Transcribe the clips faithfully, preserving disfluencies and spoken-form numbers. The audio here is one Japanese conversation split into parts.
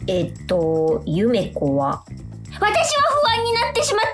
えっとゆめ子は私は不安になってしまった。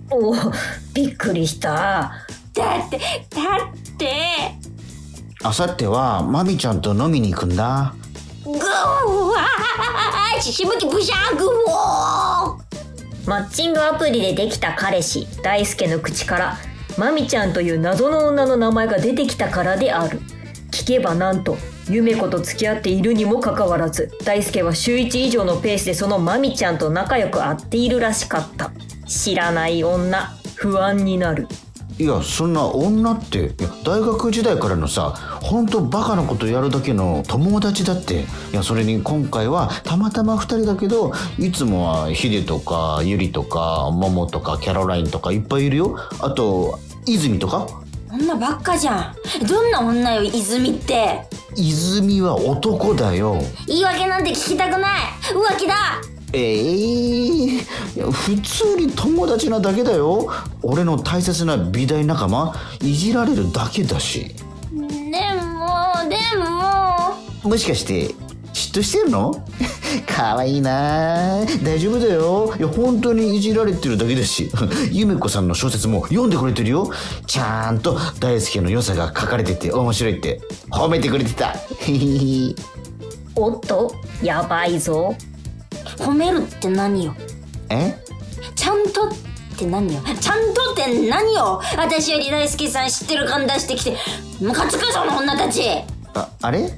おびっくりした。 だってだってあさってはまみちゃんと飲みに行くんだ。 ぐわーしぶきブシャーグオー。 マッチングアプリでできた彼氏大輔の口からまみちゃんという謎の女の名前が出てきたからである。聞けばなんとゆめ子と付き合っているにもかかわらず大輔は週いち以上のペースでそのまみちゃんと仲良く会っているらしかった。知らない女不安になる。 いやそんな女っていや大学時代からのさほんとバカなことやるだけの友達だって。いやそれに今回はたまたまふたりだけどいつもはヒデとかユリとかモモとかキャロラインとかいっぱいいるよ。あと泉とか。 女ばっかじゃん。どんな女よ泉って。 泉は男だよ。 言い訳なんて聞きたくない。浮気だ。 えー、いや普通に友達なだけだよ。俺の大切な美大仲間いじられるだけだし。 でもでももしかして嫉妬してるの？かわいいな。大丈夫だよ。いや本当にいじられてるだけだしゆめ子さんの小説も読んでくれてるよ。ちゃんと大輔の良さが書かれてて面白いって褒めてくれてたおっとやばいぞ。 褒めるって何よ。 えちゃんとって何よ。ちゃんとって何よ。私より大輔さん知ってる感出してきてムカつくその女たち。 あ、あれ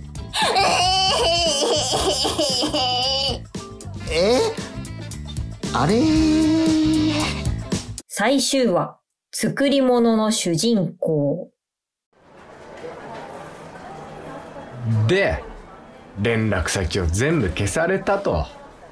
えあれ最終話作り物の主人公で連絡先を全部消されたと。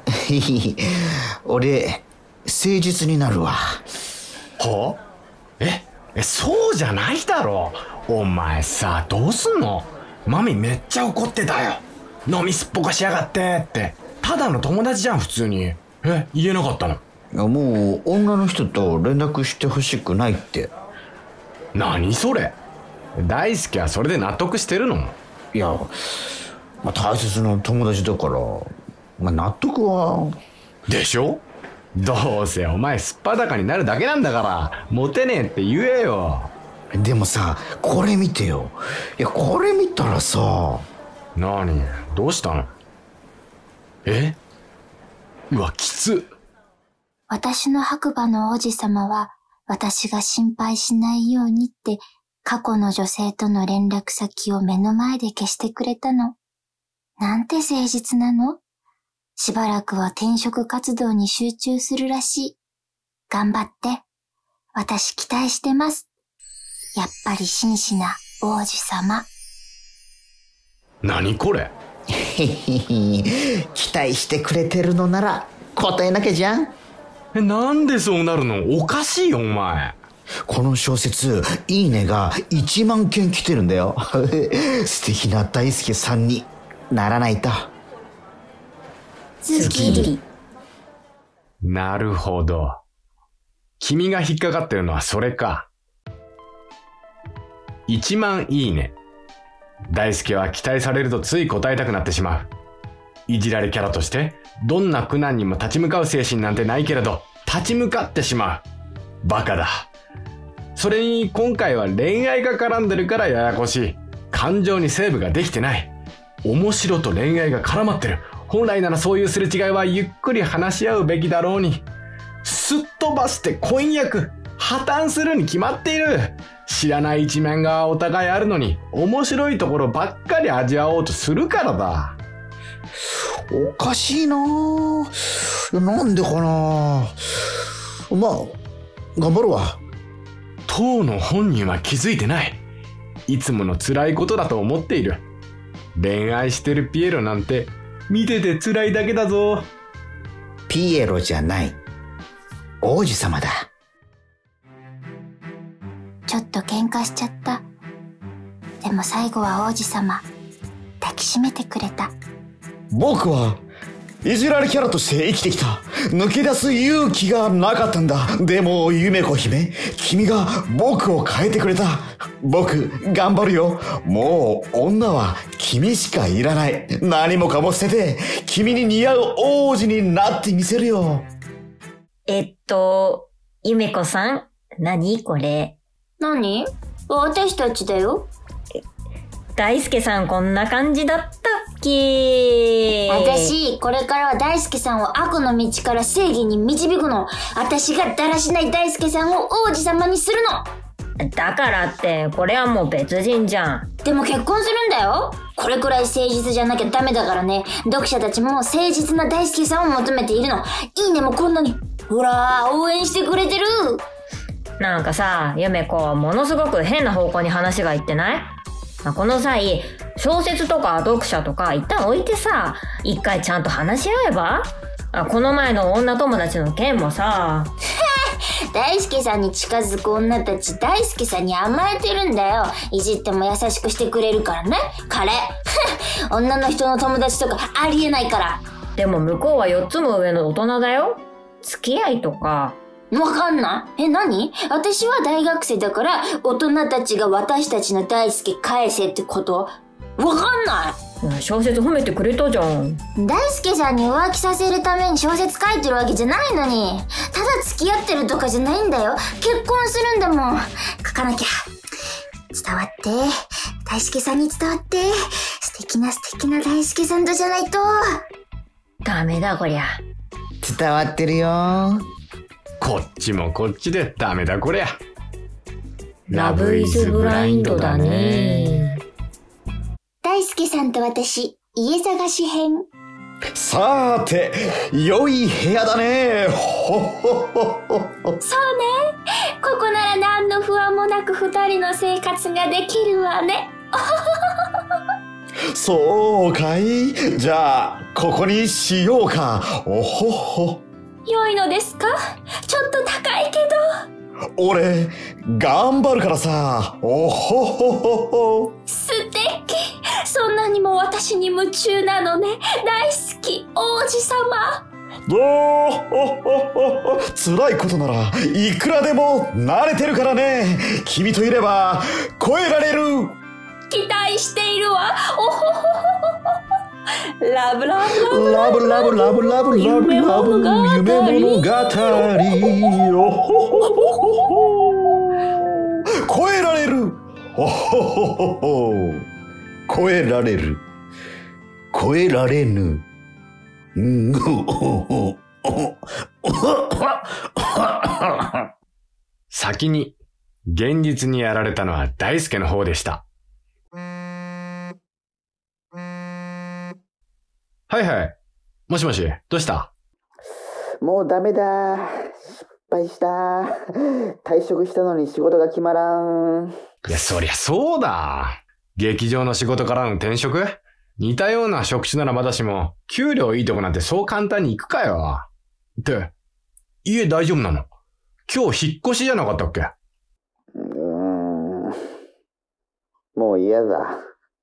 俺誠実になるわ。 はええそうじゃないだろ。お前さどうすんの。マミめっちゃ怒ってたよ。飲みすっぽかしやがってって。ただの友達じゃん普通に。え言えなかったの？いやもう女の人と連絡してほしくないって。 何それ。大輔はそれで納得してるの？ いや、まあ、大切な友達だから、まあ、納得は。 でしょ。どうせお前すっぱだかになるだけなんだからモテねえって言えよ。 でもさこれ見てよ。いやこれ見たらさ。 何どうしたの？えうわきつ。 私の白馬の王子様は私が心配しないようにって過去の女性との連絡先を目の前で消してくれたの。なんて誠実なの？しばらくは転職活動に集中するらしい。頑張って。私期待してます。やっぱり真摯な王子様。 何これ期待してくれてるのなら答えなきゃじゃん。 えなんでそうなるの。おかしいよお前。 この小説いいねがいちまんけん来てるんだよ素敵な大輔さんにならないと。 スッキリ。 なるほど。君が引っかかってるのはそれか。いちまんいいね。大輔は期待されるとつい答えたくなってしまう。いじられキャラとしてどんな苦難にも立ち向かう精神なんてないけれど立ち向かってしまう。バカだ。それに今回は恋愛が絡んでるからややこしい。感情にセーブができてない。面白と恋愛が絡まってる。本来ならそういうすれ違いはゆっくり話し合うべきだろうに。すっ飛ばして婚約破綻するに決まっている。知らない一面がお互いあるのに面白いところばっかり味わおうとするからだ。 おかしいなぁ。なんでかな。まあ頑張るわ。 当の本人は気づいてない。いつもの辛いことだと思っている。恋愛してるピエロなんて見てて辛いだけだぞ。 ピエロじゃない王子様だ。 ちょっと喧嘩しちゃった。でも最後は王子様抱きしめてくれた。 僕はいじられキャラとして生きてきた。抜け出す勇気がなかったんだ。でも夢子姫、君が僕を変えてくれた。僕頑張るよ。もう女は君しかいらない。何もかも捨てて、君に似合う王子になってみせるよ。 えっと、ゆめこさん、何これ。 何？私たちだよ。 大輔さんこんな感じだったっけ？ 私、これからは大輔さんを悪の道から正義に導くの。私がだらしない大輔さんを王子様にするの。 だからって、これはもう別人じゃん。 でも結婚するんだよ。これくらい誠実じゃなきゃダメだからね。読者たちも誠実な大輔さんを求めているの。いいねもこんなに。ほら、応援してくれてる。 なんかさ、ゆめこ、ものすごく変な方向に話がいってない？この際、小説とか読者とか一旦置いてさ、一回ちゃんと話し合えば？この前の女友達の件もさ。 大輔さんに近づく女たち大輔さんに甘えてるんだよ。いじっても優しくしてくれるからね、彼。女の人の友達とかありえないから。 でも向こうはよっつも上の大人だよ。付き合いとか。 わかんない。え、何？私は大学生だから大人たちが私たちの大輔返せってこと？わかんない。 小説褒めてくれたじゃん。 大輔さんに浮気させるために小説書いてるわけじゃないのに。ただ付き合ってるとかじゃないんだよ。結婚するんだもん。書かなきゃ。伝わって、大輔さんに伝わって、素敵な素敵な大輔さんとじゃないと。 ダメだこりゃ。 伝わってるよ。 こっちもこっちでダメだこりゃ。 ラブイズブラインドだね。 大輔さんと私、家探し編。 さーて、良い部屋だね。ほほほほほ。 そうね。ここなら何の不安もなく二人の生活ができるわね。 そうかい？じゃあ、ここにしようか。おほほ。 良いのですか？ちょっと高いけど。 俺、頑張るからさ。おほほほほ。 素敵。そんなにも私に夢中なのね。大好き、王子様。 おほほほ。辛いことならいくらでも慣れてるからね。君といれば超えられる。 期待しているわ。おほほほほ。ラブラブラブラブラブラブラブラブ夢物語。おほほほほ。超えられる。おほほほほ。超えられる。超えられぬ。 先に現実にやられたのは大輔の方でした。はいはい。もしもし、どうした？ もうダメだ。失敗した。退職したのに仕事が決まらん。 いや、そりゃそうだ。劇場の仕事からの転職？似たような職種ならまだしも、給料いいとこなんてそう簡単に行くかよ。って、家大丈夫なの？今日引っ越しじゃなかったっけ？ うーん。もう嫌だ。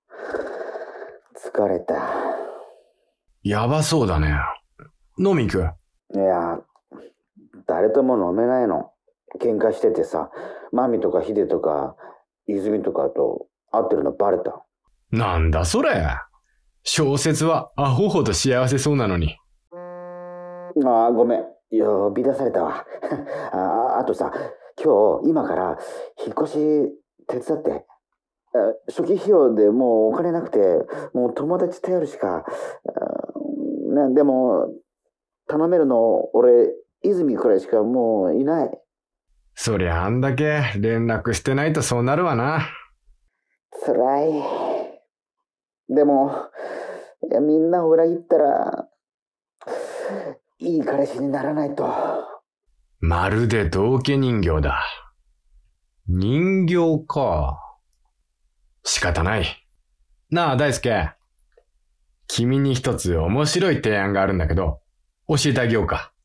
疲れた。 やばそうだね。飲み行く？ いや、誰とも飲めないの。喧嘩しててさ、マミとかヒデとか、泉とかと会ってるのバレた。 なんだそれ。小説はアホほど幸せそうなのに。 ああ、ごめん。呼び出されたわ。あ, あとさ、今日、今から引っ越し手伝って。初期費用でもうお金なくて、もう友達頼るしか。ね、でも、頼めるの俺、泉くらいしかもういない。 そりゃあんだけ連絡してないとそうなるわな。 辛い。でも、いやみんなを裏切ったら、いい彼氏にならないと。 まるで道化人形だ。人形か。仕方ない。なあ、大輔。君に一つ面白い提案があるんだけど、教えてあげようか。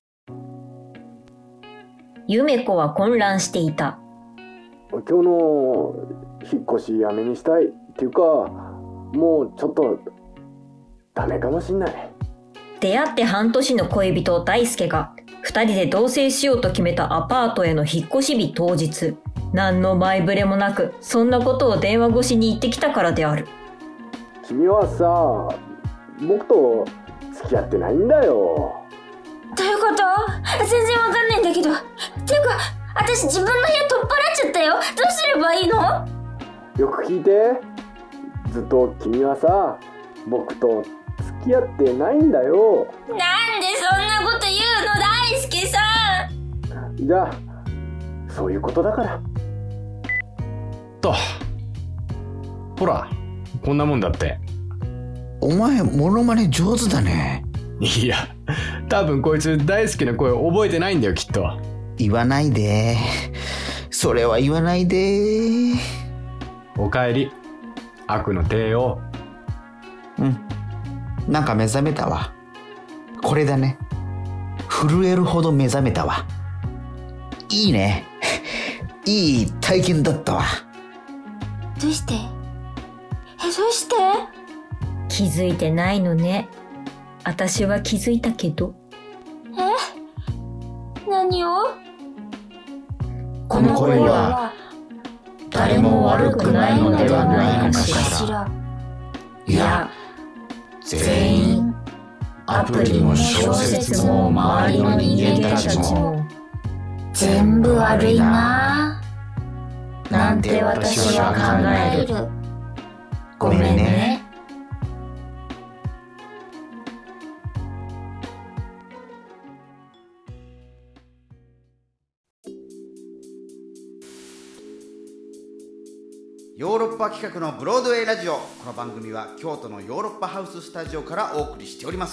ゆめこは混乱していた。 今日の引っ越しやめにしたいっていうか、もうちょっとダメかもしんない。 出会って半年の恋人大輔が二人で同棲しようと決めたアパートへの引っ越し日当日、何の前触れもなくそんなことを電話越しに言ってきたからである。 君はさ、僕と付き合ってないんだよ。 どういうこと？全然わかんないんだけど。っていうか、私自分の部屋取っ払っちゃったよ。どうすればいいの？ よく聞いて。ずっと君はさ、僕と付き合ってないんだよ。 なんでそんなこと言うの、大輔さん。 じゃあ、そういうことだから。 と。ほら、こんなもんだって。 お前、モノマネ上手だね。 いや、多分こいつ大好きな声覚えてないんだよ、きっと。 言わないで。それは言わないで。 おかえり。悪の帝王。 うん。なんか目覚めたわ。これだね。震えるほど目覚めたわ。いいね。いい体験だったわ。 どうして？え、どうして？ 気づいてないのね。私は気づいたけど。 え？何を？ この声は誰も悪くないのではないのかしら。いや、全員、アプリも小説も周りの人間たちも全部悪いなぁ。 なんて私は考える。ごめんね。 ヨーロッパ企画のブロードウェイラジオ。この番組は京都のヨーロッパハウススタジオからお送りしております。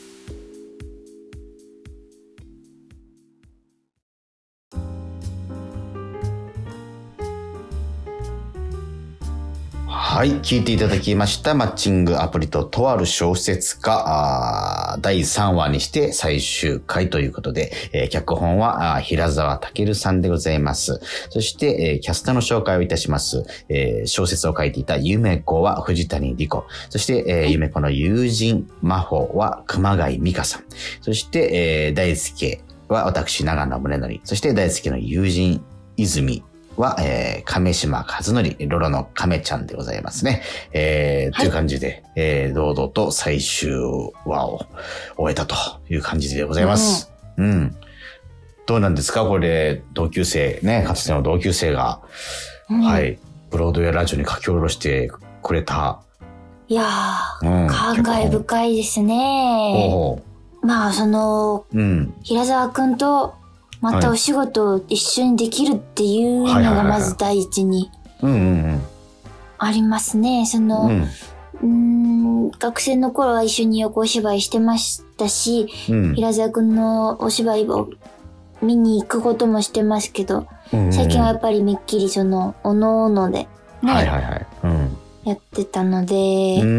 はい、聞いていただきましたマッチングアプリととある小説家だいさんわにして最終回ということで、えー、脚本は平沢健さんでございます。そして、えー、キャストの紹介をいたします。えー、小説を書いていたゆめ子は藤谷莉子。そして、えー、ゆめ子の友人真帆は熊谷美香さん。そして、えー、大輔は私長野宗則。そして大輔の友人泉は、えー、亀島和則、ロロの亀ちゃんでございますね。えー、はい、という感じで、えー、堂々と最終話を終えたという感じでございます。うん。うん、どうなんですかこれ、同級生、ね、かつての同級生が、うん、はい、ブロードウェイラジオに書き下ろしてくれた。 いやー、うん、感慨深いですね。 おうまあ、その、 うん、 平沢くんと、またお仕事を一緒にできるっていうのがまず第一にありますね。その、うん、うーん学生の頃は一緒に横お芝居してましたし、うん、平沢くんのお芝居を見に行くこともしてますけど、うんうん、最近はやっぱりめっきりそのおのおのでね、 はいはいはいうん、 やってたので、うん、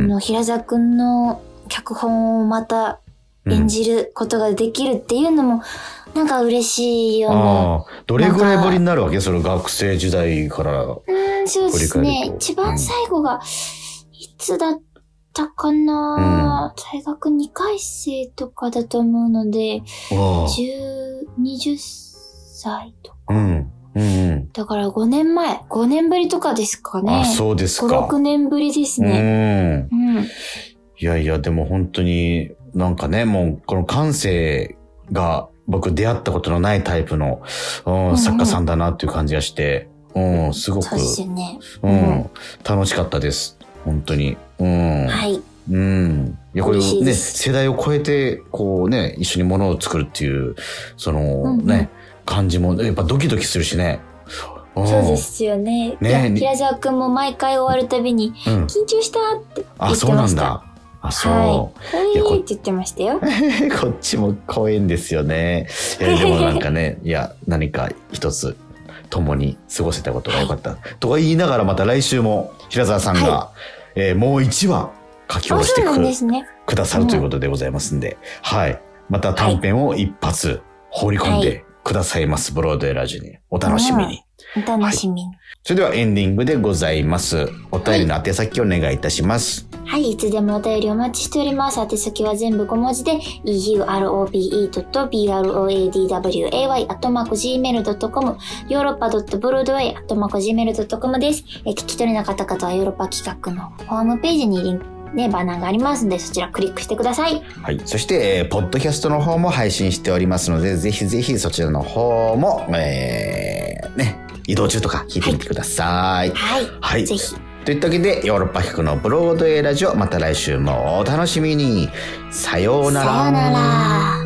の平沢くんの脚本をまた演じることができるっていうのも、なんか嬉しいよね。 どれぐらいぶりになるわけその学生時代から。 うん、そうですね。一番最後が、いつだったかな、うん、大学にかい生とかだと思うので、じゅう、にじゅっさいとか。 うんうんうん、 だからごねんまえ、ごねんぶりとかですかね。 あ、そうですか。 ご、ろくねんぶりですね。 うん。うん、いやいや、でも本当になんかね、もうこの感性が、僕出会ったことのないタイプの、うん、作家さんだなっていう感じがして、うん、すごく、そうですね、 うん、楽しかったです。本当に。うん。 はい。 うん。いや、これね、世代を超えて、こうね、一緒に物を作るっていう、その、うんうん、ね、感じも、やっぱドキドキするしね。 そうですよね。ね、平沢くんも毎回終わるたびに、うん、緊張したって言ってました。 あ、そうなんだ。あ、そう。はい。 いや、こって言ってましたよ。 こっちも怖いんですよね。いや、でもなんかね、いや、何か一つ共に過ごせたことが良かった。はい、とか言いながらまた来週も平沢さんが、はい、えー、もう一話書き下ろしてく、ね、くださるということでございますんで、うん、はい。また短編を一発放り込んでくださいます。ブロードウェイラジオに。お楽しみに。 うん、お楽しみに、はい。 それではエンディングでございます。お便りの宛先をお願いいたします。 はい、いつでもお便りお待ちしております。宛先は全部小文字で ユーロッパ ドット ブロードウェイ アットマーク ジーメール ドットコム ヨーロッパ ブロードウェイ アットマーク ジーメール ドットコム です。え聞き取れなかった方はヨーロッパ企画のホームページにリンクね、バナーがありますので、そちらクリックしてください。 はい。そして、えー、ポッドキャストの方も配信しておりますので、ぜひぜひそちらの方も、えー、ね、移動中とか聞いてみてください。 はい。 はい。 ぜひ。 といったわけで、ヨーロッパ企画のブロードウェイラジオ、また来週もお楽しみに。さようなら。 さようなら。